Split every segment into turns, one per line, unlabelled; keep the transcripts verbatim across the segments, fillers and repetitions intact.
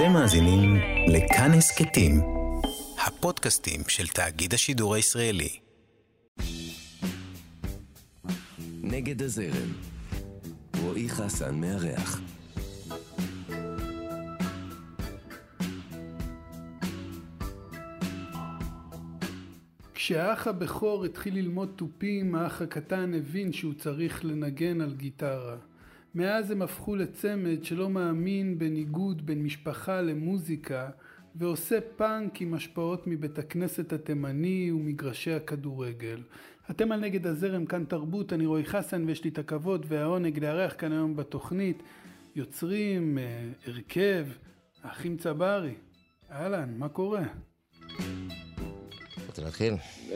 אתם מאזינים לכאן הסכתים, הפודקאסטים של תאגיד השידור הישראלי.
נגד הזרם, רועי חסן מארח.
כשהאח הבכור התחיל ללמוד טופים, האח הקטן הבין שהוא צריך לנגן על גיטרה. מאז הם הפכו לצמד שלא מאמין בניגוד בין משפחה למוזיקה, ועושה פאנק עם השפעות מבית הכנסת התימני ומגרשי הכדורגל. אתם על נגד הזרם, כאן תרבות, אני רועי חסן ויש לי את הכבוד והעונג לארח כאן היום בתוכנית יוצרים, הרכב, האחים צברי. אהלן, מה קורה?
רוצה להתחיל?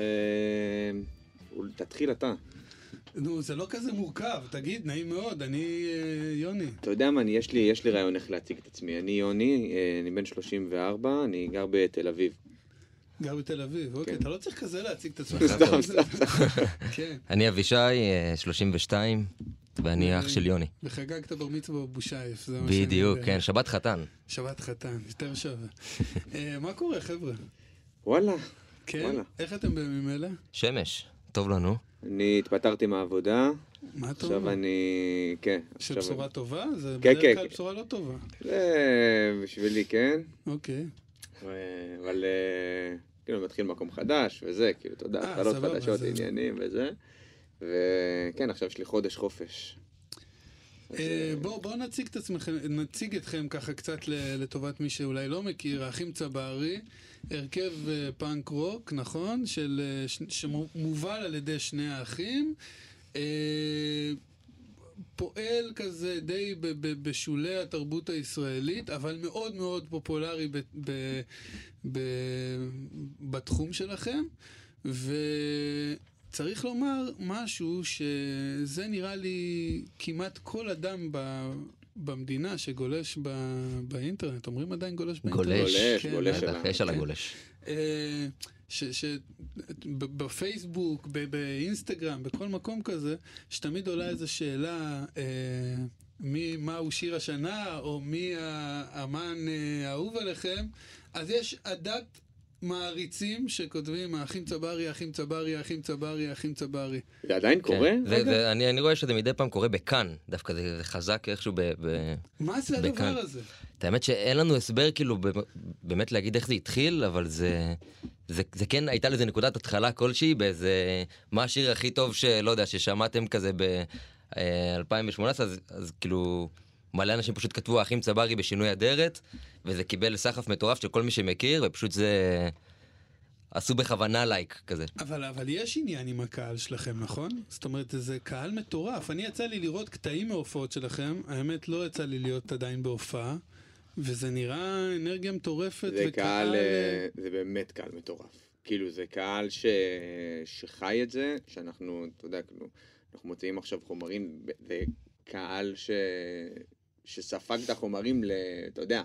תתחיל אתה.
נו, זה לא כזה מורכב, תגיד, נעים מאוד, אני יוני.
אתה יודע מה, יש לי, יש לי רעיון איך להציג את עצמי. אני יוני, אני בן שלושים וארבע, אני גר בתל אביב.
גר בתל אביב, אוקיי, אתה לא צריך כזה להציג את עצמך.
סתם, סתם.
אני אבישי, שלושים ושתיים, ואני אח של יוני.
וחגגת בר מצווה בבושייף.
בדיוק, כן, שבת חתן.
שבת חתן, יותר שווה. מה קורה, חבר'ה?
וואלה.
כן? איך אתם בימים אלה?
שמש, טוב לנו.
אני התפטרתי מהעבודה.
מה טוב?
עכשיו אני, כן.
שבשורה טובה? זה
כן,
בדרך כלל
כן.
בשורה לא טובה.
זה בשבילי, כן.
אוקיי.
אבל כאילו מתחיל מקום חדש וזה, כאילו, אתה יודע, התחלות חדשות, עניינים וזה. וכן, עכשיו יש לי חודש חופש.
בואו בוא נציג את עצמכם, נציג אתכם ככה קצת לטובת מי שאולי לא מכיר. האחים צברי, הרכב פאנק רוק, נכון? של, שמובל על ידי שני האחים, פועל כזה די ב, ב, בשולי התרבות הישראלית, אבל מאוד מאוד פופולרי ב, ב, ב, בתחום שלכם, ו... צריך לומר משהו שזה נראה לי כמעט כל אדם ב, במדינה שגולש ב, באינטרנט. אומרים עדיין גולש באינטרנט?
גולש,
כן,
גולש
כן,
עליו.
יש על הגולש.
שבפייסבוק, באינסטגרם, בכל מקום כזה, שתמיד עולה איזו שאלה, מי, מהו שיר השנה, או מי האמן האהוב עליכם, אז יש עדת מעריצים שכותבים האחים צברי, האחים צברי, האחים צברי, האחים צברי.
זה עדיין קורה?
אני רואה שזה מדי פעם קורה בכאן, דווקא זה חזק איכשהו ב...
מה זה הדבר הזה?
את האמת שאין לנו הסבר כאילו באמת להגיד איך זה התחיל, אבל זה זה כן הייתה לזה נקודת התחלה כלשהי באיזה מה השיר הכי טוב שלא יודע ששמעתם כזה ב-אלפיים ושמונה עשרה, אז כאילו מלא אנשים פשוט כתבו האחים צברי בשינוי אדרת, וזה קיבל סחף מטורף של כל מי שמכיר, ופשוט זה עשו בכוונה לייק כזה.
אבל, אבל יש עניין עם הקהל שלכם, נכון? זאת אומרת, זה קהל מטורף. אני יצא לי לראות קטעים מהופעות שלכם, האמת לא יצא לי להיות עדיין בהופעה, וזה נראה אנרגיה מטורפת.
זה
וקהל...
קהל, זה באמת קהל מטורף. כאילו, זה קהל ש... שחי את זה, שאנחנו, אתה יודע, כאילו, אנחנו מוצאים עכשיו חומרים, זה קהל ש... שספג את החומרים, אתה יודע,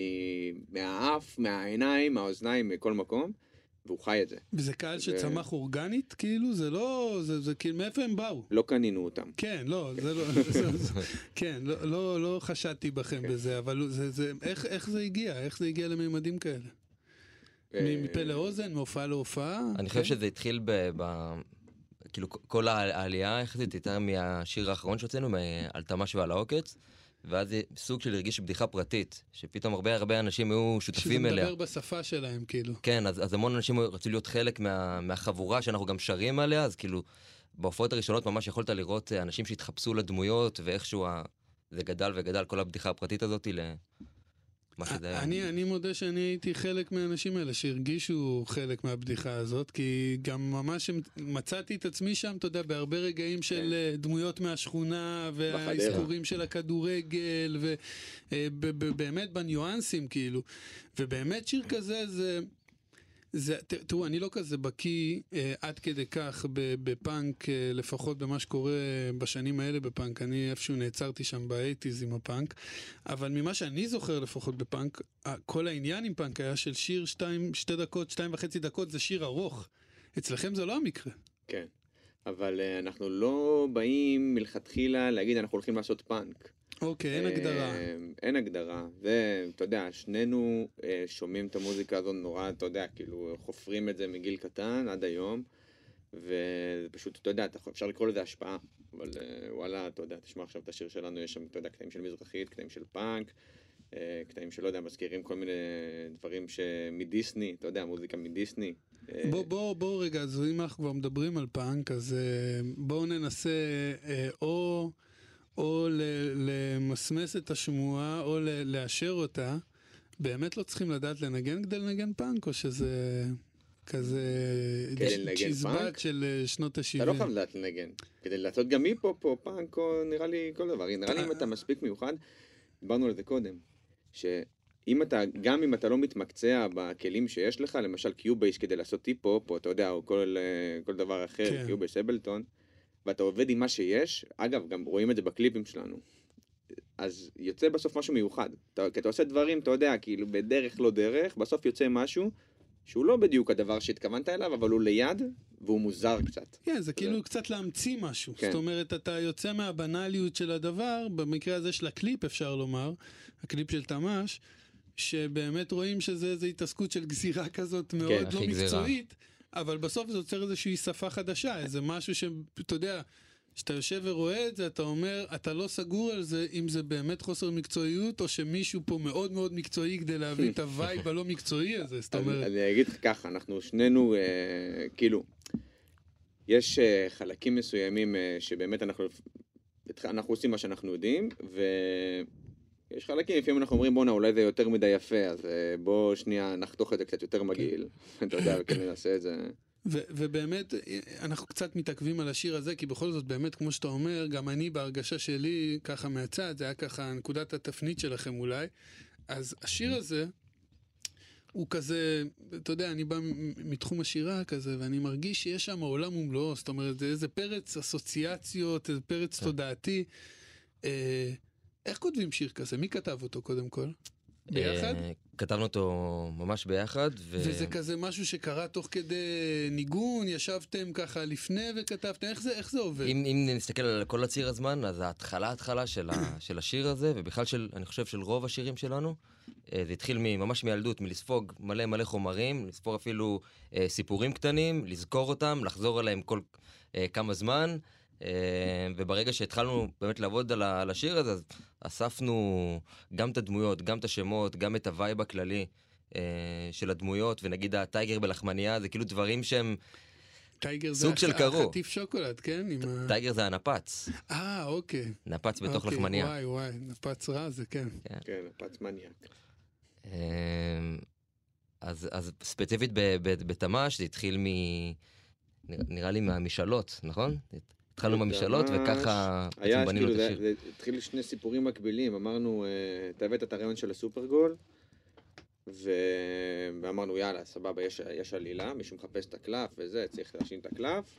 מהאף, מהעיניים, מהאוזניים, מכל מקום, והוא חי את זה.
וזה קהל שצמח אורגנית, כאילו? זה לא, זה, זה כאילו, מאיפה הם באו?
לא קנינו אותם.
כן, לא, זה לא, כן, לא, לא, לא חשדתי בכם בזה, אבל זה, זה, איך, איך זה הגיע? איך זה הגיע לממדים כאלה? מפה לאוזן, מהופעה להופעה?
אני חושב שזה התחיל ב... כאילו, כל העלייה יחסית הייתה מהשיר האחרון שהוצאנו, על תמש ועל העוקץ, ואז זה סוג של הרגיש בדיחה פרטית, שפתאום הרבה הרבה אנשים היו שותפים אליה.
שזה מדבר בשפה שלהם, כאילו.
כן, אז, אז המון אנשים רצו להיות חלק מה, מהחבורה שאנחנו גם שרים עליה, אז כאילו, בהופעות הראשונות ממש יכולת לראות אנשים שהתחפשו לדמויות, ואיכשהו זה גדל וגדל כל הבדיחה הפרטית הזאת ל...
אני, אני מודה שאני הייתי חלק מהאנשים האלה שהרגישו חלק מהבדיחה הזאת, כי גם ממש מצאתי את עצמי שם, אתה יודע, בהרבה רגעים של דמויות מהשכונה, והאזכורים של הכדורגל, ובאמת בניואנסים, כאילו. ובאמת שיר כזה זה... זה, תראו, אני לא כזה בקיא אה, עד כדי כך בפאנק, אה, לפחות במה שקורה בשנים האלה בפאנק. אני איפשהו נעצרתי שם באייטיז עם הפאנק, אבל ממה שאני זוכר לפחות בפאנק, כל העניין עם פאנק היה של שיר שתיים, שתי דקות, שתיים וחצי דקות, זה שיר ארוך. אצלכם זה לא המקרה.
כן, אבל אה, אנחנו לא באים מלכתחילה להגיד אנחנו הולכים לעשות פאנק.
אוקיי, אין הגדרה.
אין הגדרה. זה, אתה יודע, שנינו שומעים את המוזיקה הזו נורא, אתה יודע, כאילו, חופרים את זה מגיל קטן עד היום, ופשוט, אתה יודע, אפשר לקרוא לזה השפעה, אבל וואלה, אתה יודע, תשמע עכשיו את השיר שלנו, יש שם, אתה יודע, קטעים של מזרחית, קטעים של פאנק, קטעים שלא יודע, מזכירים כל מיני דברים שמדיסני, אתה יודע, מוזיקה מדיסני.
בוא, בוא, בוא רגע, אז אם אנחנו כבר מדברים על פאנק, אז בואו ננסה או, או למסמס את השמועה, או לאשר אותה. באמת לא צריכים לדעת לנגן כדי לנגן פאנק, או שזה כזה צ'יזבט של שנות ה-שבעים?
אתה לא חייב לדעת לנגן. כדי לעשות גם היפ-הופ או פאנק, או נראה לי כל דבר. נראה לי אם אתה מספיק מיוחד, דיברנו על זה קודם, שאם אתה, גם אם אתה לא מתמקצע בכלים שיש לך, למשל קיובייס כדי לעשות היפ-הופ, או אתה יודע, או כל, כל דבר אחר, כן. קיובייס, אבלטון, ואתה עובד עם מה שיש, אגב, גם רואים את זה בקליפים שלנו, אז יוצא בסוף משהו מיוחד. אתה, כי אתה עושה דברים, אתה יודע, כאילו בדרך לא דרך, בסוף יוצא משהו שהוא לא בדיוק הדבר שהתכוונת אליו, אבל הוא ליד, והוא מוזר קצת.
כן, זה כאילו קצת להמציא משהו. זאת אומרת, אתה יוצא מהבנליות של הדבר, במקרה הזה של הקליפ אפשר לומר, הקליפ של תמש, שבאמת רואים שזה איזו התעסקות של גזירה כזאת מאוד לא מקצועית, אבל בסוף זה יוצר איזושהי שפה חדשה, איזה משהו שאתה יודע, שאתה יושב ורואה את זה, אתה אומר, אתה לא סגור על זה, אם זה באמת חוסר מקצועיות, או שמישהו פה מאוד מאוד מקצועי כדי להביא את הווייב הלא מקצועי הזה, זאת אומרת.
אני אגיד ככה, אנחנו שנינו, כאילו, יש חלקים מסוימים שבאמת אנחנו, אנחנו עושים מה שאנחנו יודעים, ויש חלקים, לפעמים אנחנו אומרים, בוא'נה, אולי זה יותר מדי יפה, אז בוא שנייה נחתוך את זה קצת יותר מגעיל, אתה יודע, וכן נעשה את זה.
ו- ובאמת, אנחנו קצת מתעכבים על השיר הזה, כי בכל זאת, באמת, כמו שאתה אומר, גם אני בהרגשה שלי, ככה מהצד, זה היה ככה נקודת התפנית שלכם אולי, אז השיר הזה, הוא כזה, אתה יודע, אני בא מתחום השירה כזה, ואני מרגיש שיש שם עולם ומלואו, זאת אומרת, זה איזה פרץ אסוציאציות, איזה פרץ תודעתי. אה, איך כותבים שיר כזה? מי כתב אותו קודם כל? ביחד?
כתבנו אותו ממש ביחד.
וזה כזה משהו שקרה תוך כדי ניגון, ישבתם ככה לפני וכתבתם, איך זה, איך זה עובד?
אם, אם נסתכל על כל הציר הזמן, אז ההתחלה, ההתחלה של, ה, של השיר הזה, ובכלל של, אני חושב של רוב השירים שלנו, זה התחיל ממש מילדות, מלספוג מלא מלא חומרים, לספור אפילו אה, סיפורים קטנים, לזכור אותם, לחזור עליהם כל אה, כמה זמן, וברגע שהתחלנו באמת לעבוד על השיר הזה, אז אספנו גם את הדמויות, גם את השמות, גם את הווייב הכללי של הדמויות, ונגיד הטייגר בלחמניה, זה כאילו דברים שהם סוג של קרו.
חטיף שוקולד, כן?
טייגר זה הנפץ.
אה, אוקיי.
נפץ בתוך לחמניה.
וואי, וואי, נפץ רע זה, כן.
כן, נפץ מניאק.
אז ספציפית בתמש, זה התחיל מ... נראה לי מהמשאלות, נכון? התחלנו במשאלות, וככה בנינו את השיר.
זה התחיל שני סיפורים מקבילים. אמרנו, אתה הבאת את הרעיון של הסופרגול, ואמרנו, יאללה, סבבה, יש עלילה, מישהו מחפש את הקלף וזה, צריך להשין את הקלף.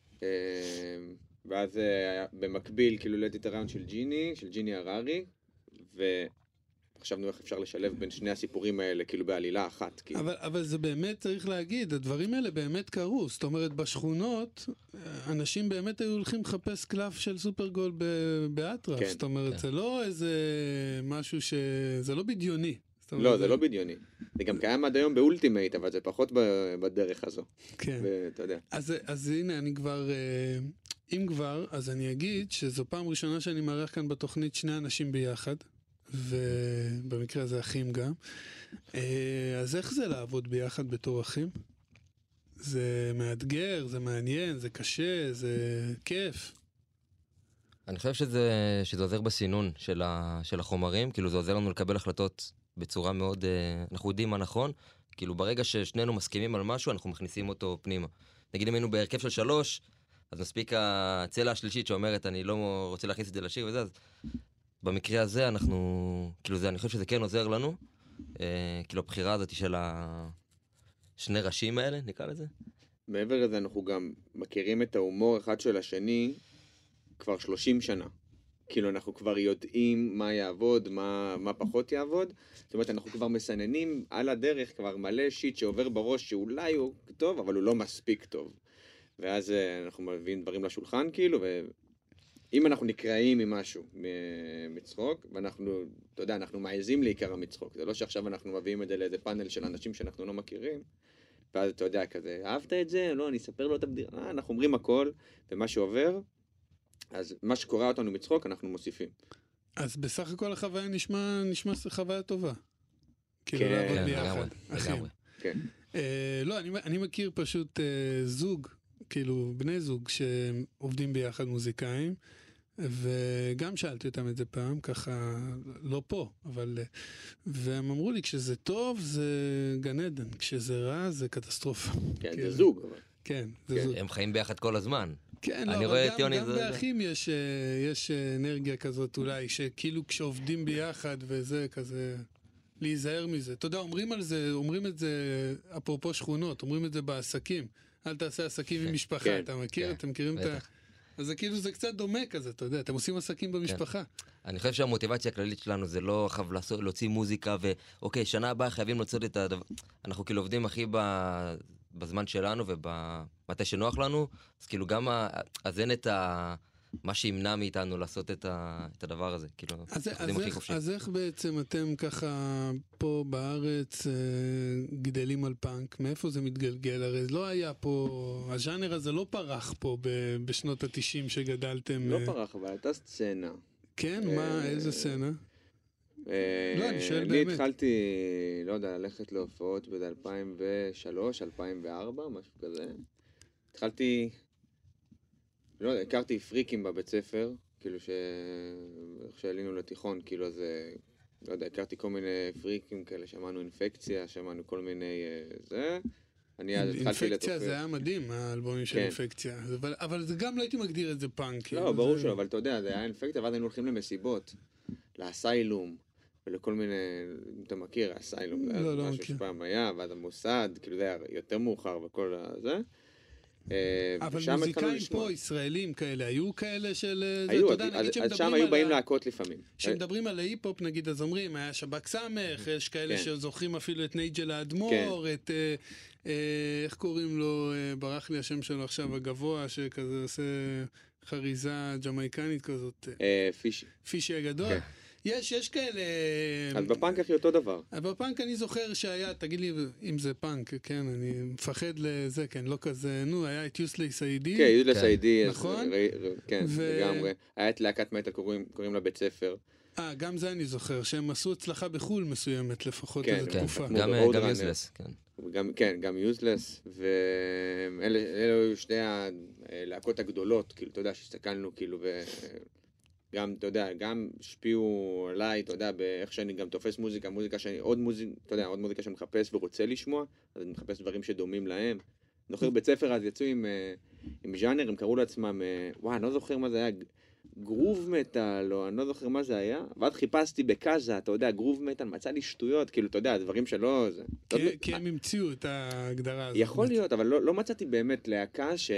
ואז במקביל, כאילו, העליתי את הרעיון של ג'יני, של ג'יני הררי, וחשבנו איך אפשר לשלב בין שני הסיפורים האלה, כאילו בעלילה אחת.
אבל, אבל זה באמת צריך להגיד, הדברים האלה באמת קרו. זאת אומרת, בשכונות, אנשים באמת היו הולכים לחפש קלף של סופרגול באטרף. כן, זאת אומרת, כן. זה לא איזה משהו ש... זה לא בדיוני.
לא, זה לא בדיוני. זה גם קיים עד היום באולטימייט, אבל זה פחות בדרך הזו.
כן.
ואתה יודע.
אז, אז הנה, אני כבר... אם כבר, אז אני אגיד שזו פעם ראשונה שאני מארח כאן בתוכנית שני אנשים ביחד. ובמקרה הזה אחים גם. אז איך זה לעבוד ביחד בתור אחים? זה מאתגר, זה מעניין, זה קשה, זה כיף.
אני חושב שזה, שזה עוזר בסינון של, ה, של החומרים, כאילו זה עוזר לנו לקבל החלטות בצורה מאוד, אנחנו יודעים מה נכון, כאילו ברגע ששנינו מסכימים על משהו, אנחנו מכניסים אותו פנימה. נגיד אם היינו בהרכב של שלוש, אז מספיק הצלע השלישית שאומרת, אני לא רוצה להכניס את זה לשיר וזה, אז... במקרה הזה אנחנו, כאילו זה, אני חושב שזה כן עוזר לנו, אה, כאילו הבחירה הזאת של השני ראשים האלה, נקרא לזה.
מעבר לזה אנחנו גם מכירים את ההומור אחד של השני כבר שלושים שנה. כאילו אנחנו כבר יודעים מה יעבוד, מה, מה פחות יעבוד. זאת אומרת, אנחנו כבר מסננים על הדרך כבר מלא שיט שעובר בראש שאולי הוא טוב, אבל הוא לא מספיק טוב. ואז אנחנו מביאים דברים לשולחן כאילו, ו... אם אנחנו נקראים ממשהו מצחוק, ואנחנו, אתה יודע, אנחנו מעזים לעיקר מצחוק. זה לא שעכשיו אנחנו מביאים את זה לאיזה פאנל של אנשים שאנחנו לא מכירים, ואז אתה יודע, כזה, אהבת את זה? לא, אני אספר לו את הבדיחה. אנחנו אומרים הכל, ומה שעובר, אז מה שקורא אותנו מצחוק, אנחנו מוסיפים.
אז בסך הכל החוויה נשמע, נשמע חוויה טובה. כאילו
כן,
לעבוד
כן,
ביחד.
לגמרי,
אחים.
לגמרי.
כן.
אה, לא, אני, אני מכיר פשוט אה, זוג, כאילו בני זוג שעובדים ביחד מוזיקאים, וגם שאלתי אותם את זה פעם, ככה, לא פה, אבל... והם אמרו לי, כשזה טוב זה גן עדן, כשזה רע זה קטסטרופה.
כן,
כאילו,
זה זוג, אבל.
כן, זה
כן.
זוג.
הם חיים ביחד כל הזמן.
כן,
אני
לא,
רואה
אבל
את יוני
גם, גם
זה-
באחים יש, אה, יש אה, אנרגיה כזאת אולי, שכאילו כשעובדים ביחד וזה כזה, להיזהר מזה. אתה יודע, אומרים על זה, אומרים את זה, אפרופו שכונות, אומרים את זה בעסקים. אל תעשה עסקים עם משפחה,
כן,
אתה מכיר?
כן,
אתם מכירים את ה...
בטח.
אז זה כאילו, זה קצת דומה כזה, אתה יודע, אתם עושים עסקים במשפחה.
אני חושב שהמוטיבציה הכללית שלנו זה לא חייב לעשות- להוציא מוזיקה ואוקיי, שנה הבאה חייבים להוציא את הדבר. אנחנו כאילו עובדים הכי ב- בזמן שלנו ובמתי שנוח לנו, אז כאילו גם ה- אז אין את ה... מה שימנע מאיתנו לעשות את, ה... את הדבר הזה, כאילו,
אז,
אנחנו
אז,
עובדים הכי
איך,
חופשי.
אז איך בעצם אתם ככה פה בארץ אה, גדלים על פאנק? מאיפה זה מתגלגל? הרי לא היה פה, הז'אנר הזה לא פרח פה ב, בשנות התשעים שגדלתם.
לא
אה,
פרח, אבל הייתה סצנה.
כן,
אה,
מה, איזה סצנה?
אה,
לא, אני שואל
אני
באמת.
התחלתי, לא יודע, ללכת להופעות ב-אלפיים ושלוש, אלפיים וארבע, משהו כזה. התחלתי, לא יודע, הכרתי פריקים בבית ספר, כאילו ש... איך שעלינו לתיכון, כאילו אז, אה, לא יודע, הכרתי כל מיני פריקים כאלה, שמענו אינפקציה, שמענו כל מיני אה, זה. אני אז התחלתי לתופף.
אינפקציה זה היה מדהים, האלבומים של
כן.
אינפקציה. אבל, אבל זה גם לא הייתי מגדיר את זה פאנק.
לא,
כאילו,
ברור
זה-
שלא, אבל אתה יודע, זה היה אינפקציה, ואז היינו הולכים למסיבות, לאסיילום, ולכל מיני, אם אתה מכיר, האסיילום, זה
לא,
היה
לא
משהו
מכיר.
שפעם היה, ואז המוסד, כאילו זה היה יותר מאוחר וכל זה. אה,
אבל
ושם התחלנו
מוזיקאים
לשמוע.
פה, ישראלים כאלה, היו כאלה של... זה,
היו,
אתה יודע,
אז-
נגיד
אז
שמדברים
שם
על
היו באים
ה-
להקות לפעמים.
כשמדברים על ההיפ-הופ, נגיד, אז אומרים, היה שב"כ סמך, יש כאלה
כן.
שזוכרים אפילו את נייג'ל האדמו"ר, את, אה, אה, איך קוראים לו, אה, ברח לי השם שלו עכשיו, הגבוה, שכזה עושה חריזה ג'מייקנית כזאת, אה,
אה, פישי.
פישי הגדול.
כן.
יש, יש כאלה...
אז בפאנק הכי אותו דבר.
אבל בפאנק אני זוכר שהיה, תגיד לי אם זה פאנק, כן, אני מפחד לזה, כן, לא כזה, נו, היה את יוסלי סיידי.
כן, יודלס
כן.
איי-די. אז
נכון?
ראי- כן,
ו-
לגמרי. היה את להקת מטאל, קוראים קוראים לה בית ספר.
אה, גם זה אני זוכר, שהם עשו הצלחה בחול מסוימת, לפחות
כן,
איזו
כן.
תקופה.
כמו
גם
ב-Roadrunner.
גם יוזלס, כן.
וגם, כן, גם יוזלס, ואלה אלה היו שתי הלהקות הגדולות, כאילו, אתה יודע, שהסתכלנו, כאילו, וגם, אתה יודע, גם השפיעו עליי, אתה יודע, באיך שאני גם תופס מוזיקה, מוזיקה שאני, עוד מוזיקה, אתה יודע, עוד מוזיקה שאני מחפש ורוצה לשמוע, אז אני מחפש דברים שדומים להם. אני זוכר בית ספר, אז יצאו עם, אה, עם ז'אנר, הם קראו לעצמם, אה, וואי, אני לא זוכר מה זה היה, גרוב מטל, או אני לא זוכר מה זה היה, ואז חיפשתי בקאזה, אתה יודע, גרוב מטל, מצא לי שטויות, כאילו, אתה יודע, דברים שלא... זה,
כי-
לא-
כי הם המציאו את ההגדרה הזאת.
יכול להיות, אבל לא, לא מצאתי באמת להקה ש...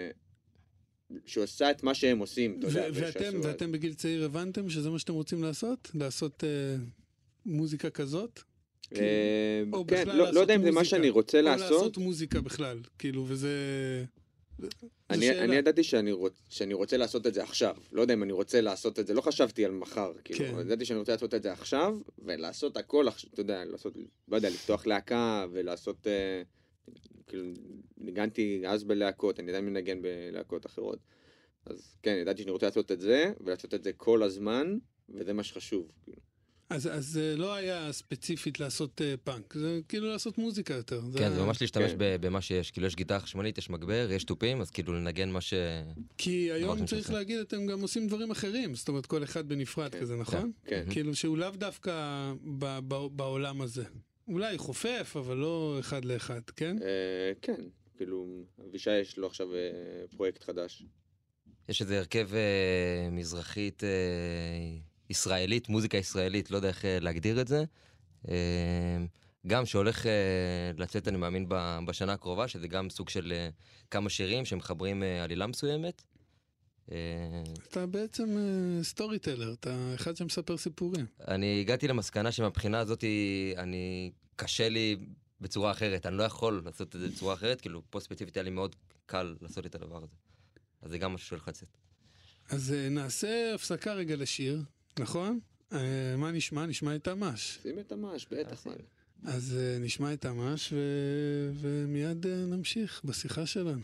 שעושה את מה שהם עושים, אתה יודע.
ו- ואתם,
ושעשו-
ואתם בגיל צעיר הבנתם שזה מה שאתם רוצים לעשות? לעשות אה, מוזיקה כזאת?
אה,
או
כן,
בכלל
לא,
לעשות
לא יודע אם זה מה
מוזיקה.
שאני רוצה
או
לעשות.
לעשות מוזיקה בכלל, כאילו, וזה... זו
אני,
שאלה.
אני ידעתי שאני, רוצ, שאני רוצה לעשות את זה עכשיו. לא יודע אם אני רוצה לעשות את זה, לא חשבתי על מחר. כאילו,
כן.
ידעתי שאני רוצה לעשות את זה עכשיו, ולעשות הכל, עכשיו, אתה יודע, לעשות, לא יודע, לפתוח להקה, ולעשות, אה, כאילו, ניגנתי אז בלהקות, אני עדיין מנגן בלהקות אחרות. אז כן, ידעתי שאני רוצה לעשות את זה, ולעשות את זה כל הזמן, וזה מה שחשוב. כאילו.
אז, אז זה לא היה ספציפית לעשות אה, פאנק, זה כאילו לעשות מוזיקה יותר.
כן, זה
ה-
ממש להשתמש
כן.
ב- במה שיש. כאילו, יש גיטרה חשמלית, יש מגבר, יש תופים, אז כאילו לנגן מה ש...
כי היום
שאתה
צריך
עושה.
להגיד, אתם גם עושים דברים אחרים, זאת אומרת, כל אחד בנפרד
כן,
כזה, נכון?
כן.
כאילו שהוא לאו דווקא ב- ב- בעולם הזה. אולי חופף, אבל לא אחד לאחד, כן?
אה, כן, כאילו, אבישי יש לו עכשיו אה, פרויקט חדש.
יש איזה הרכב אה, מזרחית אה, ישראלית, מוזיקה ישראלית, לא יודע איך אה, להגדיר את זה. אה, גם שהולך אה, לצאת, אני מאמין, ב- בשנה הקרובה, שזה גם סוג של אה, כמה שירים שמחברים אה, עלילה מסוימת. אה,
אתה בעצם אה, סטורי טלר, אתה אחד שמספר סיפורים.
אני הגעתי למסקנה שמבחינה הזאת אני, קשה לי בצורה אחרת, אני לא יכול לעשות את זה בצורה אחרת, כאילו פה ספציפית היה לי מאוד קל לעשות את הדבר הזה. אז זה גם משהו שהולך לצאת.
אז נעשה הפסקה רגע לשיר, נכון? מה נשמע? נשמע את המש.
שים את המש, בטח.
אז נשמע את המש ומיד נמשיך בשיחה שלנו.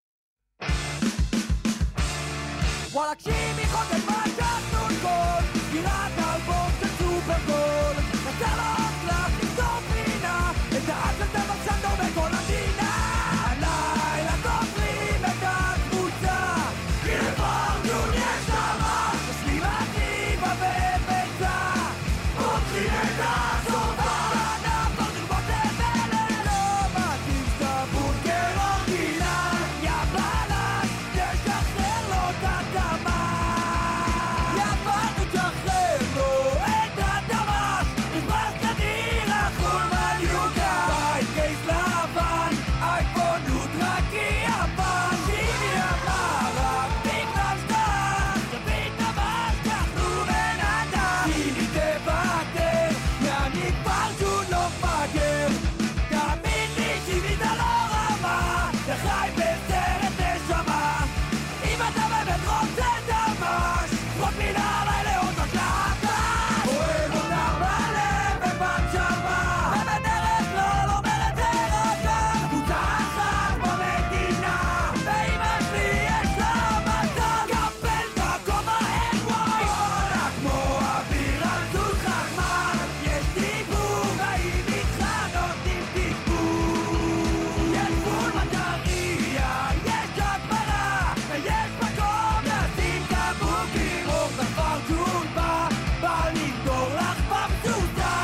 וואלה כשמי חודש משכנו כל גירת אלבום של סופרגול נצא לו קלף לפתור פינה את העד של טבע סנדור בכל המדינה הלילה תופרים את הקבוצה כי לפורטון יש שמה תשלים עקיבה וביצה פותחים את הסופה נעבור לרבות לבלה לא מתאים שאתה בונקר אורגינל יא בלש תשחרר לו את הדמה יא בלש תשחרר לו את הדמה נשמח כדיר החול מניוקה בית קייס לבן אייפון אוטרקי יפן שימי המערב בגלל שטח שביט נמש תחלו בן אדם שימי תוותר יעני כבר שוד לא מפגר תאמין לי שימי אתה לא רמה אתה חי בסרט נשמה אם אתה באמת רוצה דמש זרוק מילה עליי לעוד הקלטה אוהב אותה בלב ובנשמה ובדרך כלל אומרת הרגע קבוצה אחת במדינה ואמא שלי יש לה מזל קפל מקום מהר וואי עולה כמו אוויר על סוס חכמן יש דיבור האם איתך נותנים טיפול יש גבול מטריה יש הגבלה ויש מקום לשים כבוקים רוב נפר ג'ול בא בא למדור לך במסוסה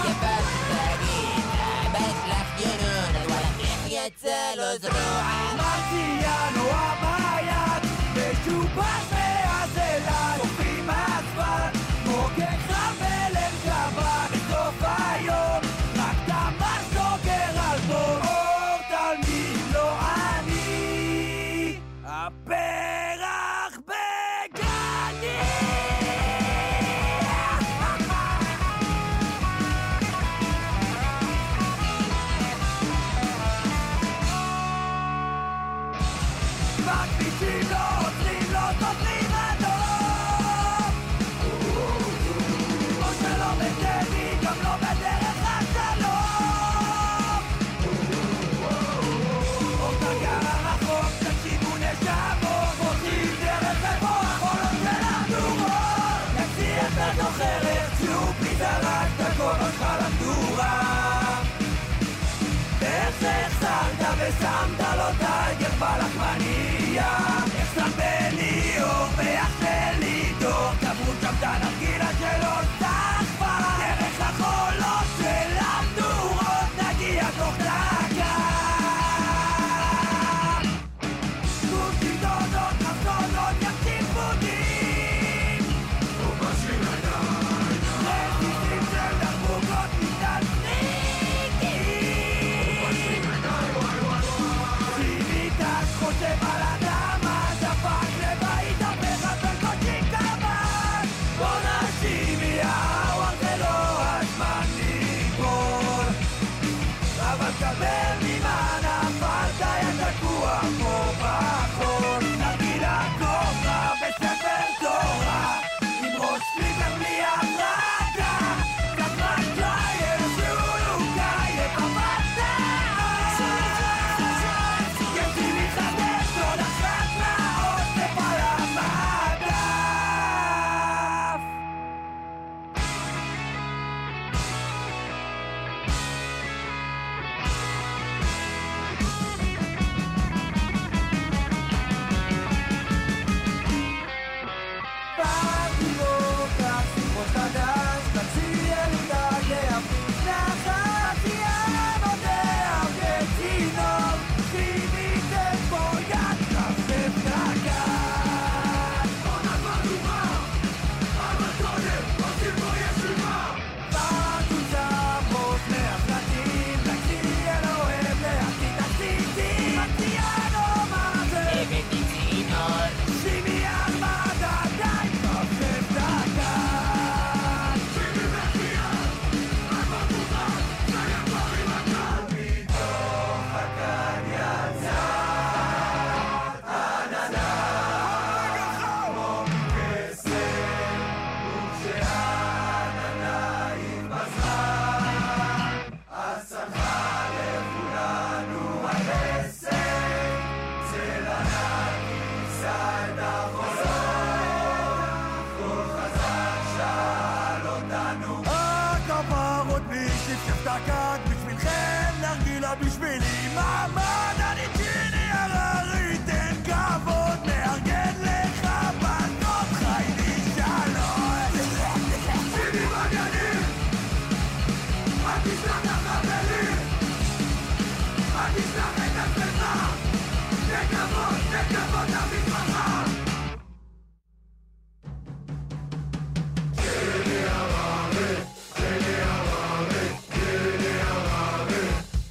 מרציאנו המייד משובש מהזלן צופים מהספן כמו כחם ולב שבת בסוף היום רק תמש סוגר אלבום אור תלמיד לא אני הפרח בגני בכבישים לא עוצרים, לא סופרים אדום כמו שלא בטבעי, גם לא בדרך השלום אותה גרה רחוק, תקשיבו נשמות מוצאים דרך איפה החולות של המדורות נקצי את הדוחרת, סלופי זרק את הכובע שלך למדורה איך שהחסרת ושמת לו טייגר בלחמניה איך שם בליאור ואח שלי דור קברו שם את הנרגילה שלו סחפה דרך החולות של המדורות נגיע תוך דקה קוצים דודות חפסונות ימשים פודים רסיסים של דרבוקות מתעצניקים שימיתת חושב על אדמה דפק לבית הפרח וקוצ'ים כמובן בוא נשימי האוור זה לא הזמן ליפול אבל קבל ממה נפלת יא תקוע פה בחול נרגילה קוברה בספר תורה עם ראש סליבר בלי החרגה קצת מקלייר שאולוקה יפבטה יוצאים מחדש עוד אחת מהאות לפל המדף דקת בשבילכם, נרגילה בשבילי מעמד, אני ג'יני הררי, תן כבוד, מארגן לך בנות, חי לי שלום. שימי בגנים, אל תשלח את החברים, אל תשלח את עצמך, תן כבוד, תן כבוד למתמחה. ג'יני הררי, ג'יני הררי, ג'יני הררי,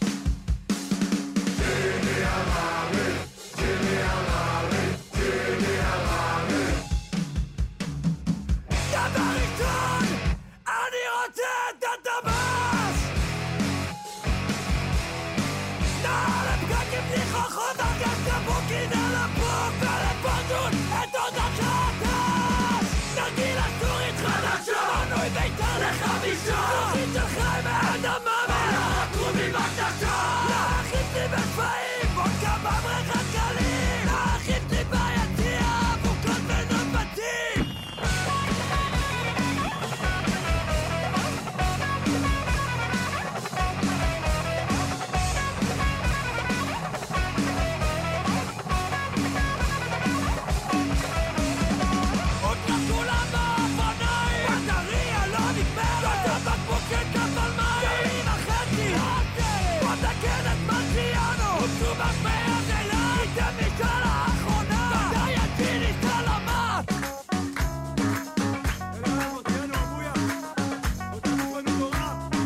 ג'יני הררי, ג'יני הררי, ג'יני הררי. דבר ראשון, אני רוצה את הדבש! נעל הפקקים ניחוחות, ארגש כבוקין על הפוק, ולפרדון את עוד החדש! נרגילה סורית חדשה, מנוי ביתר לחמישה! סורית של חי מהאדמה, ולרקומים הקדשה! להכין לי בשפעים, עוד כמה בריכת גלים! להכין לי ביציע, אבוקות ונפתים! עוד כולם באופניים, בטריה לא נגמרת, עוד הבקבוקי כפל מים, החצי, עוד הכנס מציאנו, הוצאו מחמאות אליי, איתם משאל האחרונה, מתי יציל לי סלמת? אלה אותנו אבויה, אותנו בנו תורה.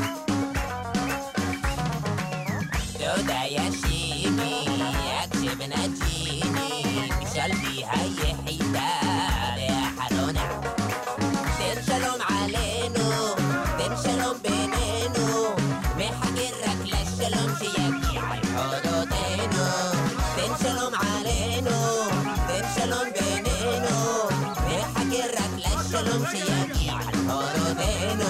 תודה ישיבי, הקשב נג'יני, בשלבי היחידה והאחרונה. תן שלום עלינו, תן שלום בינינו, מחכה רק לשלום שיגיע אל חורותינו. תן שלום עלינו, תן שלום בינינו, מחכה רק לשלום שיגיע אל חורותינו.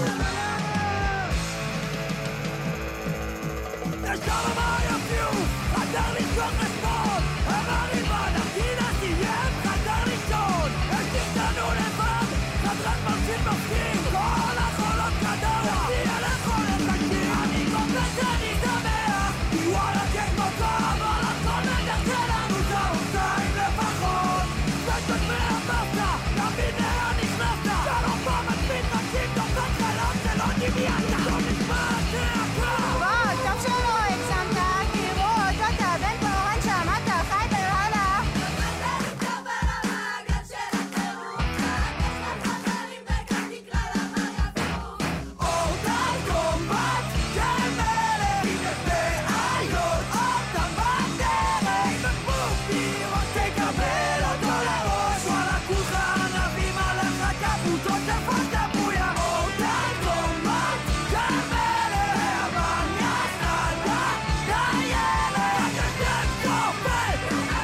לשם מה יופיעו, חדר לישון רשמון, אמר לי מה נרגילה סיים, חדר לישון, השתנו לבד, חדרן מרשים מפקיד, כל החולות קדרה, יציע לכל התקשיב, אני קופץ אני שמח, כי וואלה כן מוצא, אבל הכל מדרכה לנו שעתיים לפחות, ושת מהבסה, לביניה נכנסת, שלום פה מצפין מקשיב, תוצאת חלום שלא דמיינת, לא נשמע צעקה.
וואו, טוב שלא הגזמת, תראו אותו אתה בן פורן שמעת חי ברעלה.
אורטל קומבט, כמלך, הנה בעיות, אותם בדרך, בפופירות תקבל אותו לראש, וואלה כולך ענבים עליך כפותות לפות הבויה. אורטל קומבט, כמלך, המניאס עדה, דיילת, השם שופט,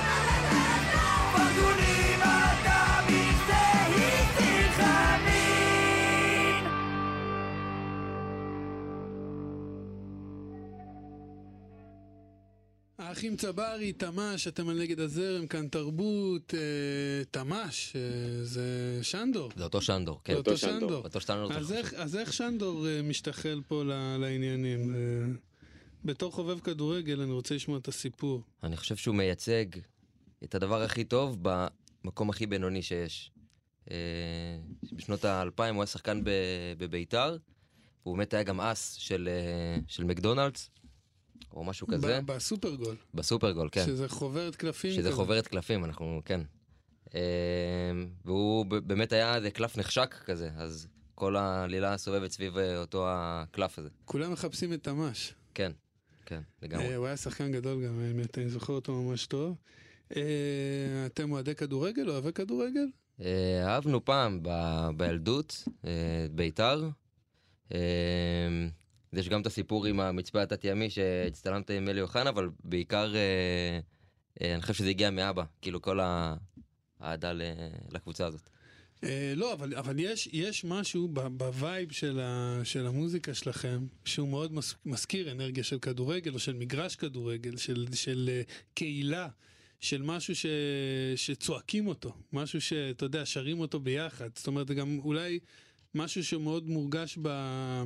פרגונים אתה מזדהי תלחמין.
האחים צברי, תמש, אתם על נגד הזרם, כאן תרבות, אה, תמש, אה, זה שנדור.
זה אותו שנדור, כן.
זה אותו
שנדור.
שנדור.
אותו שנדור.
אז איך, אז איך שנדור אה, משתחל פה ל- לעניינים? אה, בתור חובב כדורגל אני רוצה לשמוע את הסיפור.
אני חושב שהוא מייצג את הדבר הכי טוב במקום הכי בינוני שיש. אה, בשנות האלפיים הוא היה שחקן ב- בביתר, והוא באמת היה גם אס של, אה, של מקדונלדס, או משהו כזה.
ב- בסופרגול.
בסופרגול, כן.
שזה חוברת קלפים.
שזה
כזה.
חוברת קלפים, אנחנו, כן. אה, והוא ב- באמת היה איזה קלף נחשק כזה, אז כל העלילה סובבת סביב אה, אותו הקלף הזה.
כולם מחפשים את תמש.
כן, כן, לגמרי.
אה, הוא היה שחקן גדול גם, האמת, אני זוכר אותו ממש טוב. אה, אתם אוהדי כדורגל, אוהבי כדורגל?
אה, אהבנו פעם ב- בילדות, אה, ביתר. אה, יש גם את הסיפור עם המצפה התת-ימי שהצטלמת עם אלי אוחנה, אבל בעיקר אה, אה, אני חושב שזה הגיע מאבא, כאילו כל האהדה ל- לקבוצה הזאת.
אה, לא, אבל, אבל יש, יש משהו ב- בווייב של, ה, של המוזיקה שלכם, שהוא מאוד מס, מזכיר אנרגיה של כדורגל, או של מגרש כדורגל, של, של uh, קהילה, של משהו ש, שצועקים אותו, משהו שאתה יודע, שרים אותו ביחד. זאת אומרת, גם אולי משהו שמאוד מורגש ב,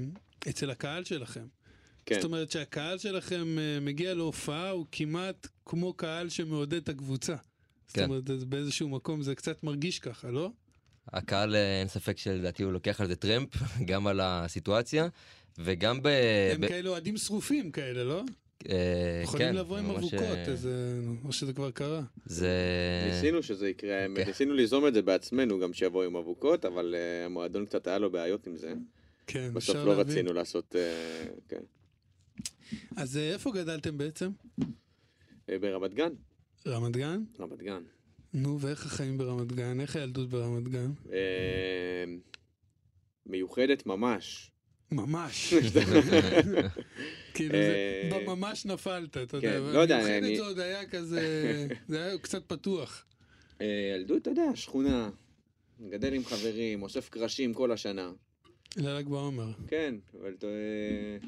אצל הקהל שלכם.
כן.
זאת אומרת שהקהל שלכם מגיע להופעה, הוא כמעט כמו קהל שמעודד את הקבוצה. זאת
כן.
אומרת, באיזשהו מקום זה קצת מרגיש ככה, לא?
הקהל, אין ספק שלדעתי הוא לוקח על זה טרמפ, גם על הסיטואציה, וגם ב...
הם
ב...
כאלה אוהדים שרופים כאלה, לא?
אה,
יכולים
כן,
לבוא עם
ממש,
אבוקות,
אה,
איזה... או שזה כבר קרה.
זה...
ניסינו שזה יקרה, האמת.
כן.
ניסינו ליזום את זה בעצמנו, גם שיבואו עם אבוקות, אבל אה, המועדון קצת היה לו בעיות עם זה.
כן,
בסוף
אפשר
לא
להבין.
רצינו לעשות, אה, כן.
אז אה, איפה גדלתם בעצם?
אה, ברמת גן.
רמת גן?
רמת גן.
נו, ואיך החיים ברמת גן? איך הילדות ברמת גן?
אה, מיוחדת ממש.
ממש. כאילו זה,
אה,
בממש נפלת, אתה
כן,
יודע.
לא יודע,
מיוחדת
אני-
זה עוד היה כזה, זה היה קצת פתוח.
אה, ילדות, אתה יודע, שכונה. גדל עם חברים, אוסף קרשים כל השנה.
לל"ג בעומר.
כן, אבל אתה... אה,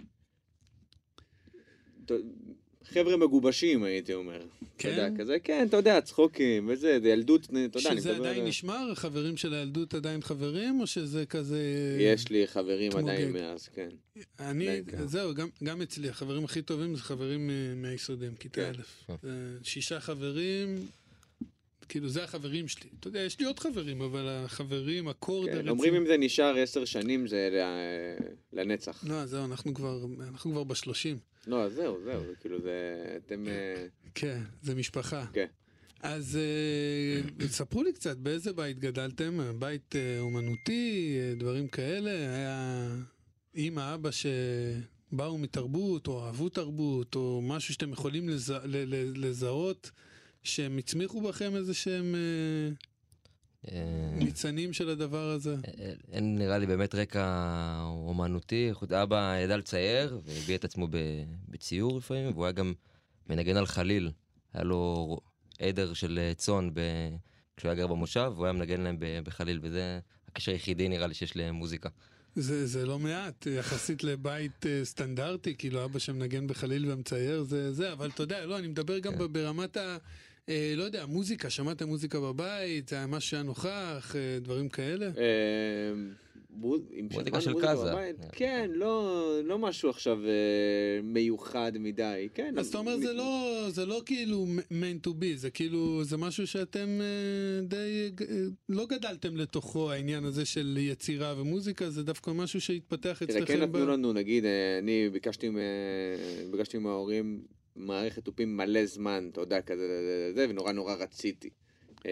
אתה- חבר'ה מגובשים, הייתי אומר.
כן?
אתה יודע, כזה, כן, אתה יודע, צחוקים, וזה, זה ילדות, אתה יודע, אני
שזה
מדבר...
עדיין נשמר? חברים של הילדות עדיין חברים? או שזה כזה...
יש לי חברים
כמו
עדיין
גג.
מאז, כן.
אני,
כן.
זהו, גם, גם אצלי, החברים הכי טובים זה חברים אה, מהיסודים, כיתה
כן.
א'. זה שישה חברים, כאילו זה החברים שלי. אתה יודע, יש לי עוד חברים, אבל החברים, הקורד
כן,
הרציני.
אומרים אם זה נשאר עשר שנים זה ל- לנצח.
לא, זהו, אנחנו כבר, אנחנו כבר בשלושים.
לא, אז זהו, זהו, זה כאילו זה, אתם... אה,
כן, זה משפחה.
כן.
אז אה, ספרו לי קצת, באיזה בית גדלתם? בית אה, אומנותי, אה, דברים כאלה? היה אמא, אבא שבאו מתרבות, או אהבו תרבות, או משהו שאתם יכולים לז... ל- ל- לזהות, שהם הצמיחו בכם איזה שהם אה,
אה,
ניצנים של הדבר הזה?
אה, אין נראה לי באמת רקע אומנותי, חוץ אבא ידע לצייר, והביא את עצמו ב- בציור לפעמים, והוא היה גם מנגן על חליל. היה לו עדר של אה, צאן ב- כשהוא היה גר במושב, והוא היה מנגן להם ב- בחליל, וזה הקשר היחידי נראה לי שיש למוזיקה.
זה, זה לא מעט, יחסית לבית אה, סטנדרטי, כאילו אבא שמנגן בחליל ומצייר, זה זה, אבל אתה יודע, לא, אני מדבר גם ב- ברמת ה... אה, לא יודע, מוזיקה, שמעת מוזיקה בבית, זה היה משהו שהיה נוכח, אה, דברים כאלה?
אה, מו- עם
מוזיקה
שמענו
של קאזה.
בבית, כן, לא לא משהו עכשיו אה, מיוחד מדי, כן.
אז אתה אומר,
מ-
זה לא, זה לא כאילו main to be, זה כאילו, זה משהו שאתם אה, די, אה, לא גדלתם לתוכו, העניין הזה של יצירה ומוזיקה, זה דווקא משהו שהתפתח
תראה,
אצלכם.
כן נתנו
ב-
לנו, נגיד, אה, אני ביקשתי מ- ביקשתי מההורים מערכת תופים מלא זמן, אתה יודע, כזה, זה, זה, ונורא נורא רציתי. אה,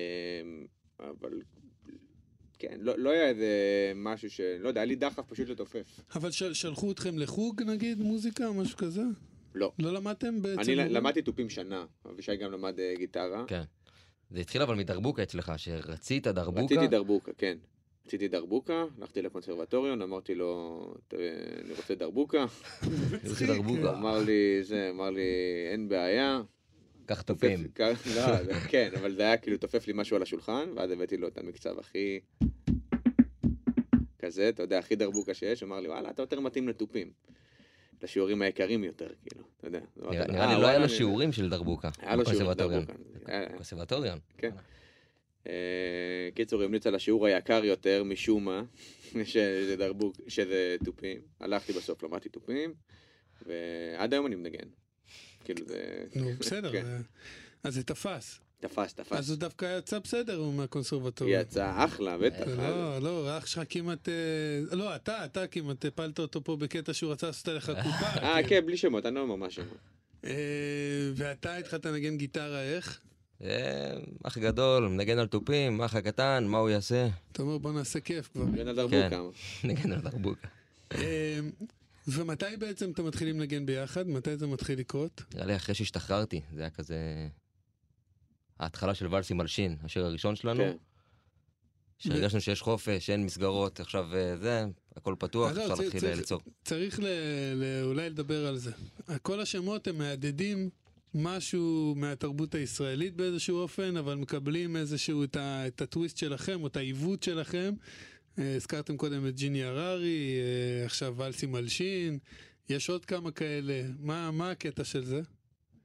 אבל, כן, לא, לא היה איזה משהו ש... לא יודע, היה לי דחף פשוט לתופף.
אבל של, שלחו אתכם לחוג, נגיד, מוזיקה או משהו כזה?
לא.
לא למדתם בעצם?
אני למדתי תופים שנה, אבישי גם למד אה, גיטרה.
כן. זה התחיל אבל מדרבוקה אצלך, שרצית דרבוקה.
רציתי דרבוקה, כן. רציתי דרבוקה, הלכתי לקונסרבטוריון, אמרתי לו, "ת- אני רוצה דרבוקה.
רצית דרבוקה.
הוא אמר לי, זה, אמר לי, אין בעיה.
קח
תופף,
תופים.
כ- לא, זה- כן, אבל זה היה כאילו תופף לי משהו על השולחן, ואז הבאתי לו את המקצב הכי... כזה, אתה יודע, הכי דרבוקה שיש, אמר לי, וואלה, אתה יותר מתאים לתופים. לשיעורים היקרים יותר, כאילו, אתה יודע.
נראה
אמרתי לו,
נראה לי
"אה,
לא היה
וואלה,
לו
אני-"
שיעורים של דרבוקה.
היה לו שיעורים של
בקונסרבטוריון.
דרבוקה. היה-
קונסרבטוריון.
כן. אה, קיצור, המליץ על השיעור היקר יותר, משום מה, שזה דרבוק, שזה תופים. הלכתי בסוף, למדתי תופים, ועד היום אני מנגן. כאילו זה...
נו, בסדר.
כן.
אה, אז זה תפס.
תפס, תפס.
אז הוא דווקא יצא בסדר, הוא מהקונסרבטוריה.
יצא אחלה, בטח.
לא, לא, אח שלך כמעט... אה, לא, אתה, אתה כמעט הפלת אותו פה בקטע שהוא רצה לעשות עליך קופה.
אה,
כאילו.
כן, בלי שמות, אני לא ממש שמות.
אה, ואתה התחלת לנגן גיטרה, איך?
אה, אח גדול, מנגן על תופים, אח הקטן, מה הוא יעשה?
אתה אומר, בוא נעשה כיף כבר.
בן הדרבוקה.
נגן על דרבוקה.
אה, ומתי בעצם אתם מתחילים לנגן ביחד? מתי זה מתחיל לקרות?
נראה לי אחרי שהשתחררתי, זה היה כזה... ההתחלה של ולסי מלשין, השיר הראשון שלנו.
כן.
שהרגשנו שיש חופש, שאין מסגרות, עכשיו אה, זה, הכל פתוח,
אז לא,
אפשר
צריך-
להתחיל
צריך-
ליצור.
צריך ל- ל- אולי לדבר על זה. כל השמות הם מהדהדים משהו מהתרבות הישראלית באיזשהו אופן, אבל מקבלים איזשהו את, ה, את הטוויסט שלכם, או את העיוות שלכם. אה, הזכרתם קודם את ג'יני הררי, אה, עכשיו ולסי מלשין, יש עוד כמה כאלה. מה, מה הקטע של זה?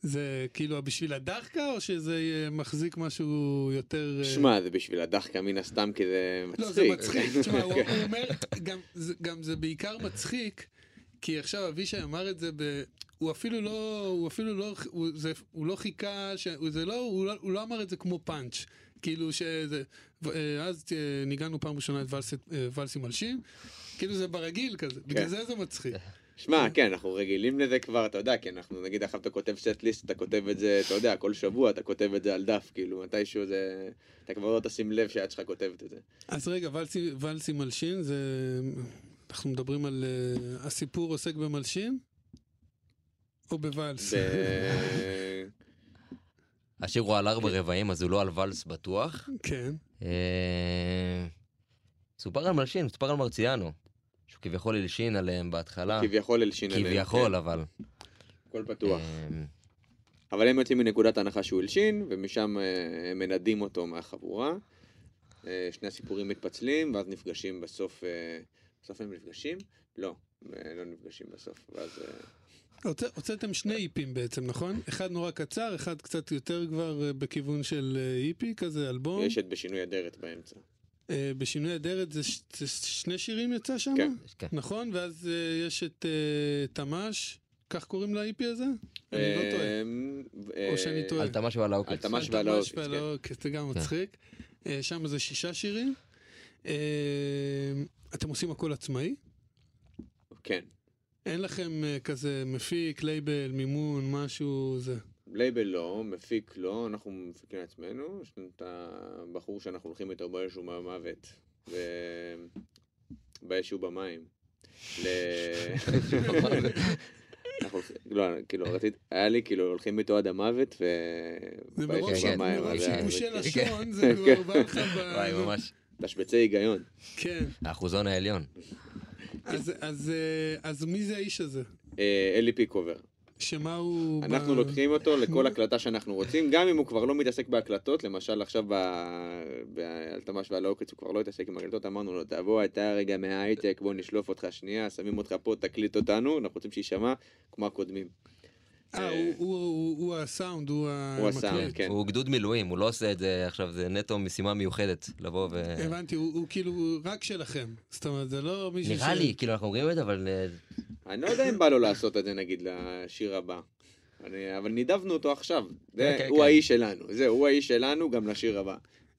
זה כאילו בשביל הדחקה, או שזה מחזיק משהו יותר...
שמע, זה בשביל הדחקה מן הסתם, כי זה מצחיק.
לא, זה מצחיק. תשמע, הוא אומר, גם זה בעיקר מצחיק, כי עכשיו אבישי אמר את זה ב... הוא אפילו לא, הוא אפילו לא, הוא, זה, הוא לא חיכה, זה לא, הוא, לא, הוא לא אמר את זה כמו פאנץ', כאילו שזה, אז ניגענו פעם ראשונה את ולס, ולסים מלשין, כאילו זה ברגיל כזה, בגלל זה זה מצחיק.
שמע, כן, אנחנו רגילים לזה כבר, אתה יודע, כן, אנחנו נגיד עכשיו אתה כותב סט ליסט, אתה כותב את זה, אתה יודע, כל שבוע אתה כותב את זה על דף, כאילו, מתישהו זה, אתה כבר לא תשים לב שאת שלך כותבת את זה.
אז רגע, ולסים מלשין, זה, אנחנו מדברים על, הסיפור עוסק במלשין? או בוואלס?
השיר הוא על ארבע רבעים, אז הוא לא על ואלס בטוח.
כן.
סופר על מלשין, סופר על מרציאנו. שהוא כביכול הלשין עליהם בהתחלה.
כביכול הלשין עליהם.
כביכול, אבל.
הכל פתוח. אבל הם יוצאים מנקודת ההנחה שהוא הלשין, ומשם הם מנדים אותו מהחבורה. שני הסיפורים מתפצלים, ואז נפגשים בסוף. בסוף הם נפגשים? לא, לא נפגשים בסוף. ואז...
הוצאתם שני איפים בעצם, נכון? אחד נורא קצר, אחד קצת יותר כבר בכיוון של איפי, כזה אלבום.
יש את בשינוי אדרת באמצע.
בשינוי אדרת זה שני שירים יצא שם?
כן.
נכון? ואז יש את תמש, כך קוראים לאיפי הזה? אני לא טועה. או שאני טועה.
על תמש ועל העוקץ.
על תמש ועל העוקץ,
כן. זה גם מצחיק. שם זה שישה שירים. אתם עושים הכל עצמאי?
כן.
אין לכם כזה מפיק, לייבל, מימון, משהו, זה?
לייבל לא, מפיק לא, אנחנו מפיקים לעצמנו, יש לנו את הבחור שאנחנו הולכים איתו באיזשהו מהמוות, באיזשהו במים. לא, כאילו, רציתי, היה לי, כאילו, הולכים איתו עד המוות,
זה מרוב שיבושי לשון, זה כבר בא לך ב...
וואי, ממש.
תשבצי היגיון.
כן.
האחוזון העליון.
אז מי זה האיש הזה?
אלי פיקובר.
שמה הוא...
אנחנו לוקחים אותו לכל הקלטה שאנחנו רוצים, גם אם הוא כבר לא מתעסק בהקלטות, למשל עכשיו על תמש ועל העוקץ הוא כבר לא מתעסק עם הקלטות, אמרנו לו, תבוא, אתה רגע מההייטק, בוא נשלוף אותך שנייה, שמים אותך פה, תקליט אותנו, אנחנו רוצים שישמע כמו הקודמים.
אה, הוא הסאונד, הוא
המקליט.
הוא גדוד מילואים, הוא לא עושה את זה עכשיו, זה נטו משימה מיוחדת, לבוא ו...
הבנתי, הוא כאילו רק שלכם, זאת אומרת, זה לא מישהו ש...
נראה לי, כאילו אנחנו אומרים את זה, אבל...
אני לא יודע אם בא לו לעשות את זה, נגיד, לשיר הבא. אבל נידבנו אותו עכשיו. הוא האיש שלנו. זהו, הוא האיש שלנו גם לשיר הבא.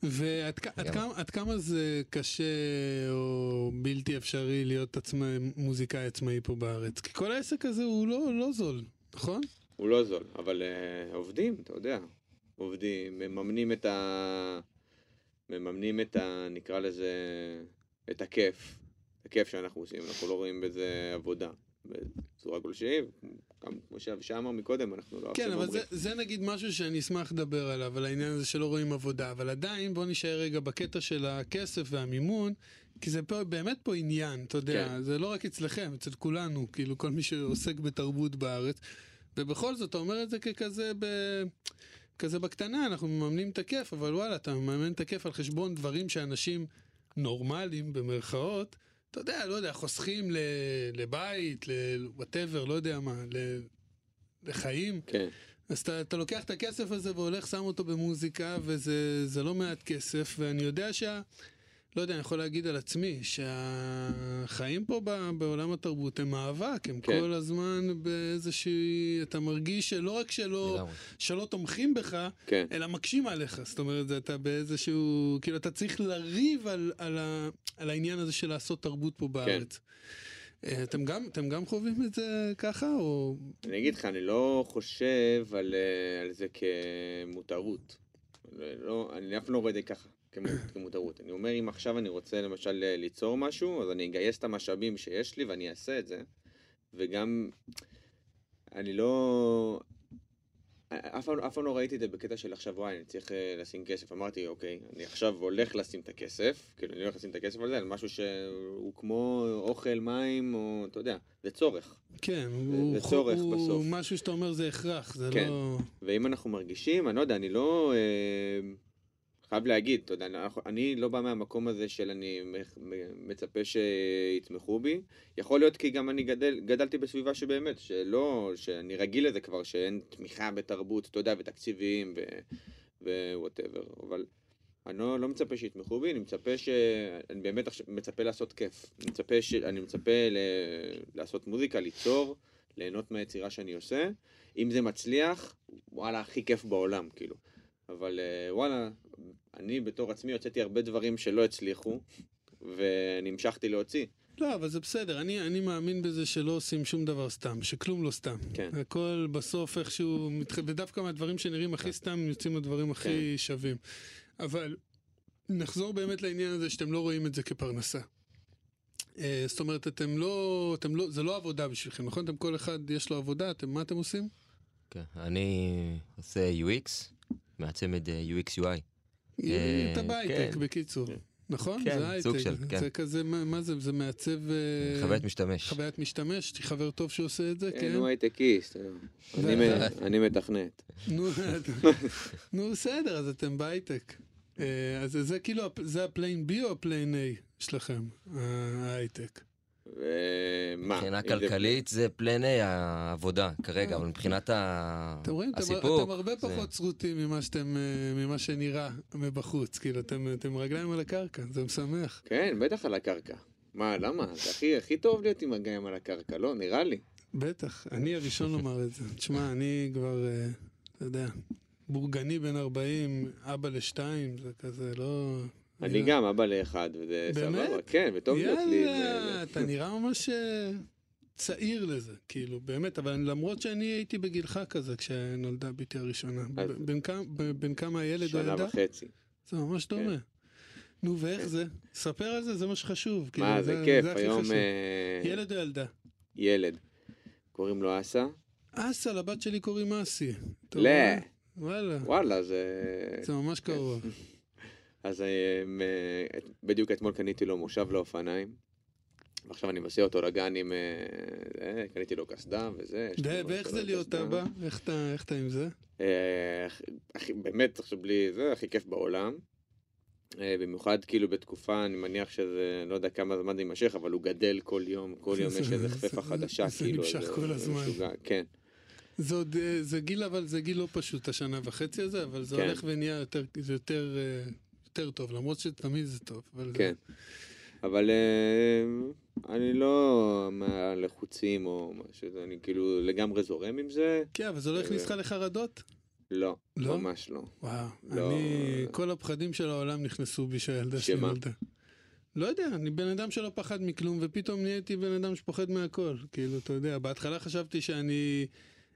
ועד כמה זה קשה או בלתי אפשרי להיות מוזיקאי עצמאי פה בארץ? כי כל העסק הזה הוא לא זול, נכון?
הוא לא זול, אבל עובדים, אתה יודע. עובדים, מממנים את ה... מממנים את ה... נקרא לזה... את הכיף. הכיף שאנחנו עושים, אנחנו לא רואים בזה עבודה. בצורה כלשהי, גם כמו שאבישי אמר מקודם, אנחנו לא...
כן, אבל זה, זה נגיד משהו שאני אשמח לדבר עליו, על העניין הזה שלא רואים עבודה, אבל עדיין בוא נשאר רגע בקטע של הכסף והמימון, כי זה פה, באמת פה עניין, אתה יודע, כן. זה לא רק אצלכם, אצל כולנו, כאילו כל מי שעוסק בתרבות בארץ, ובכל זאת, אתה אומר את זה ככזה ב... כזה בקטנה, אנחנו מממנים את הכיף, אבל וואלה, אתה מממן את הכיף על חשבון דברים שאנשים נורמליים, במרכאות, אתה יודע, לא יודע, חוסכים לבית, ל-whatever, לא יודע מה, לחיים.
כן.
אז אתה, אתה לוקח את הכסף הזה והולך, שם אותו במוזיקה, וזה זה לא מעט כסף, ואני יודע שה... לא יודע, אני יכול להגיד על עצמי, שהחיים פה בעולם התרבות הם מאבק, הם כן. כל הזמן באיזושהי... אתה מרגיש שלא רק שלא, שלא תומכים בך, כן. אלא מקשים עליך. זאת אומרת, אתה באיזשהו... כאילו, אתה צריך לריב על, על, ה, על העניין הזה של לעשות תרבות פה בארץ. כן. אתם גם, אתם גם חווים את זה ככה, או...
אני אגיד לך, אני לא חושב על, על זה כמותרות. לא, אני אף לא רואה את זה ככה. כמותרות. אני אומר, אם עכשיו אני רוצה למשל ליצור משהו, אז אני אגייס את המשאבים שיש לי ואני אעשה את זה. וגם, אני לא... אף פעם לא ראיתי את זה בקטע של עכשיו, וואי, אני צריך לשים כסף. אמרתי, אוקיי, אני עכשיו הולך לשים את הכסף, כאילו אני הולך לשים את הכסף על זה, על משהו שהוא כמו אוכל, מים, או, אתה יודע, זה צורך.
כן,
זה צורך בסוף.
הוא משהו שאתה אומר זה הכרח, זה לא...
ואם אנחנו מרגישים, אני לא יודע, אני לא... חייב להגיד, אתה יודע, אני לא בא מהמקום הזה של אני מצפה שיתמכו בי. יכול להיות כי גם אני גדל, גדלתי בסביבה שבאמת, שלא, שאני רגיל לזה כבר, שאין תמיכה בתרבות, אתה יודע, ותקציבים ו-whatever. אבל אני לא, לא מצפה שיתמכו בי, אני מצפה ש... אני באמת מצפה לעשות כיף. אני מצפה, ש... אני מצפה ל... לעשות מוזיקה, ליצור, ליהנות מהיצירה שאני עושה. אם זה מצליח, וואלה, הכי כיף בעולם, כאילו. אבל וואלה, אני בתור עצמי הוצאתי הרבה דברים שלא הצליחו, ואני המשכתי להוציא.
לא, אבל זה בסדר. אני, אני מאמין בזה שלא עושים שום דבר סתם, שכלום לא סתם.
כן.
הכל בסוף איכשהו, ודווקא מהדברים שנראים הכי סתם, יוצאים הדברים הכי
כן.
שווים. אבל נחזור באמת לעניין הזה שאתם לא רואים את זה כפרנסה. זאת אומרת, אתם לא, אתם לא, זה לא עבודה בשבילכם, נכון? אתם כל אחד יש לו עבודה, אתם, מה אתם עושים?
כן, אני עושה יו אקס, מעצמד יו אקס יו איי.
אתה בהייטק, בקיצור. נכון?
כן, סוג של, כן.
זה כזה, מה זה? זה מעצב...
חוויית משתמש.
חוויית משתמש, יש לי חבר טוב שעושה את זה, כן?
הוא הייטקיסט, אני מתכנת.
נו, בסדר, אז אתם בהייטק. אז זה כאילו, זה הפליין B או הפליין A שלכם, ההייטק?
מה?
מבחינה כלכלית זה פליין A העבודה כרגע, אבל מבחינת הסיפור...
אתם רואים, אתם הרבה פחות שרוטים ממה שנראה מבחוץ, כאילו אתם רגליים על הקרקע, זה משמח.
כן, בטח על הקרקע. מה, למה? זה הכי טוב להיות עם רגליים על הקרקע, לא? נראה לי.
בטח, אני הראשון לומר את זה. תשמע, אני כבר, אתה יודע, בורגני בן ארבעים, אבא לשתיים, זה כזה, לא...
אני גם אבא לאחד, וזה סבבה. כן, וטוב להיות לי.
יאללה, אתה נראה ממש צעיר לזה, כאילו, באמת, אבל למרות שאני הייתי בגילך כזה, כשנולדה ביתי הראשונה. בין כמה הילד או ילדה?
שנה וחצי.
זה ממש דומה. נו, ואיך זה? ספר על זה, זה מה שחשוב.
מה, זה כיף, היום...
ילד או ילדה?
ילד. קוראים לו אסה.
אסה, לבת שלי קוראים אסי.
לא.
וואלה.
וואלה, זה...
זה ממש קרוב.
אז בדיוק אתמול קניתי לו מושב לאופניים, ועכשיו אני מסיע אותו לגן עם... קניתי לו קסדה וזה.
ואיך זה להיות אבא? איך אתה עם זה?
באמת, עכשיו בלי זה, הכי כיף בעולם. במיוחד כאילו בתקופה, אני מניח שזה, לא יודע כמה זמן זה יימשך, אבל הוא גדל כל יום, כל יום יש איזה חפפה חדשה.
זה נמשך כל הזמן.
כן.
זה גיל, אבל זה גיל לא פשוט, השנה וחצי הזה, אבל זה הולך ונהיה יותר, זה יותר... יותר טוב, למרות שתמיד זה טוב.
כן, אבל אני לא מהלחוצים או משהו, אני כאילו לגמרי זורם עם זה.
כן, אבל זה לא הכניס לך לחרדות?
לא, ממש לא.
וואו, אני, כל הפחדים של העולם נכנסו בי שהילדה שלי ילדה. לא יודע, אני בן אדם שלא פחד מכלום, ופתאום נהייתי בן אדם שפוחד מהכל. כאילו, אתה יודע, בהתחלה חשבתי שאני...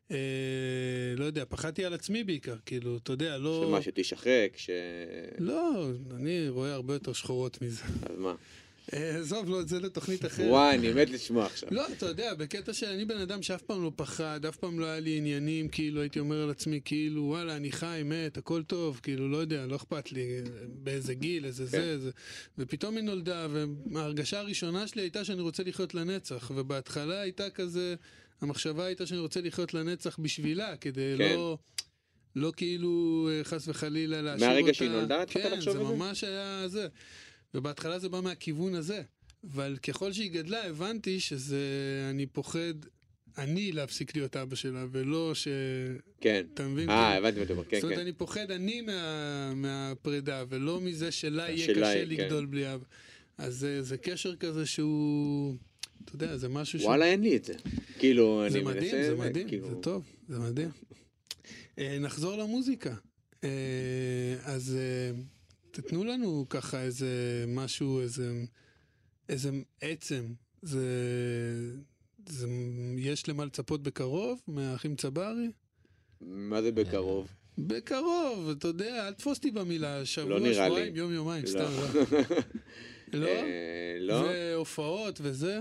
לא יודע, פחדתי על עצמי בעיקר, כאילו, אתה יודע, לא...
שמה, שתשחק, ש...
לא, אני רואה הרבה יותר שחורות מזה.
אז מה?
עזוב, לא, זה לתוכנית אחרת.
וואי, אני מת לשמוע עכשיו.
לא, אתה יודע, בקטע שאני בן אדם שאף פעם לא פחד, אף פעם לא היה לי עניינים, כאילו, הייתי אומר על עצמי, כאילו, וואלה, אני חי, מת, הכל טוב, כאילו, לא יודע, לא אכפת לי, באיזה גיל, איזה זה, איזה... ופתאום היא נולדה, וההרגשה הראשונה שלי הייתה שאני רוצה לחיות לנצח, ובהתחלה הייתה כזה... המחשבה הייתה שאני רוצה לחיות לנצח בשבילה, כדי כן. לא, לא כאילו חס וחלילה להשאיר אותה.
מהרגע שהיא נולדה, התחלת
כן,
לחשוב
זה
על זה?
ממש היה זה. ובהתחלה זה בא מהכיוון הזה. אבל ככל שהיא גדלה, הבנתי שזה, אני פוחד, אני להפסיק להיות אבא שלה, ולא ש...
כן.
אתה מבין?
אה, הבנתי מה אתה אומר, כן,
זאת אומרת,
כן.
אני פוחד אני מה, מהפרידה, ולא מזה שלה יהיה קשה לגדול כן. בלי אבא. אז זה, זה קשר כזה שהוא... אתה יודע, זה משהו ש...
וואלה, אין לי את זה. כאילו, אני מנסה...
זה מדהים, זה מדהים, זה טוב, זה מדהים. נחזור למוזיקה. אז תתנו לנו ככה איזה משהו, איזה עצם. יש למה לצפות בקרוב, מהאחים צברי?
מה זה בקרוב?
בקרוב, אתה יודע, אל תפוס אותי במילה, שבוע, שבועיים, יום, יומיים, סתם. לא?
לא.
והופעות וזה?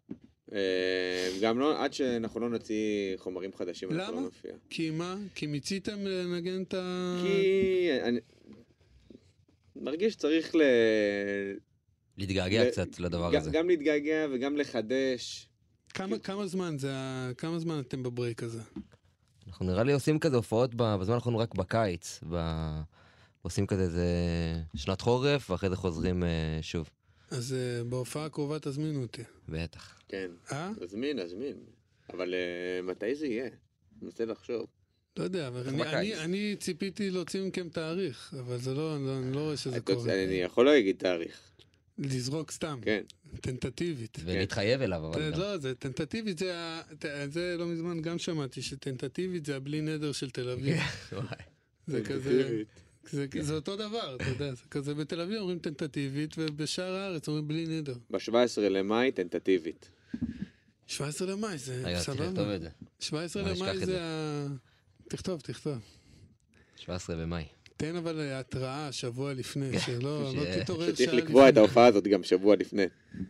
גם לא, עד שאנחנו לא נוציא חומרים חדשים.
למה? כי מה? כי מיציתם לנגן את ה...
כי אני מרגיש שצריך ל...
להתגעגע קצת לדבר הזה.
גם להתגעגע וגם לחדש.
כמה זמן זה, כמה זמן אתם בברייק הזה?
אנחנו נראה לי עושים כזה הופעות בזמן האחרון רק בקיץ, עושים כזה איזה שנת חורף, ואחרי זה חוזרים שוב.
אז בהופעה הקרובה תזמינו אותי.
בטח.
כן.
אה?
תזמין, תזמין. אבל מתי זה יהיה? אני רוצה לחשוב.
לא יודע, אבל אני, אני, אני ציפיתי להוציא מכם תאריך, אבל זה לא, אני לא רואה שזה קורה.
אני יכול להגיד תאריך.
לזרוק סתם.
כן.
טנטטיבית.
ולהתחייב אליו, אבל...
לא, זה טנטטיבית, זה, זה לא מזמן גם שמעתי שטנטטיבית זה הבלי נדר של תל אביב. זה כזה... זה, זה אותו דבר, אתה יודע, זה כזה בתל אביב אומרים טנטטיבית, ובשאר הארץ אומרים בלי נדר.
ב-שבעה עשר למאי טנטטיבית.
שבעה עשר למאי זה
סבבה. תכתוב את זה.
שבעה עשר למאי זה ה... תכתוב, תכתוב.
שבעה עשר במאי.
תן אבל התראה שבוע לפני, שלא תתעורר שעה לפני.
שצריך לקבוע את ההופעה הזאת גם שבוע לפני.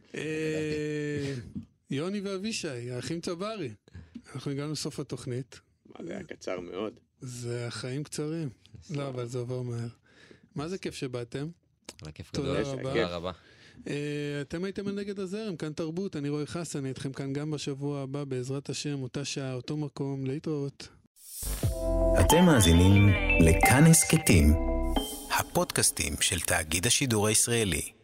יוני ואבישי, האחים צברי. אנחנו הגענו לסוף התוכנית.
מה זה היה קצר מאוד.
זה החיים קצרים. לא, אבל זה עובר מהר. מה זה כיף שבאתם?
על כיף גדול. תודה רבה.
אתם הייתם על נגד הזרם, כאן תרבות, אני רועי חסן, אני איתכם כאן גם בשבוע הבא, בעזרת השם, אותה שעה, אותו מקום, להתראות.
אתם מאזינים לכאן הסכתים, הפודקאסטים של תאגיד השידור הישראלי.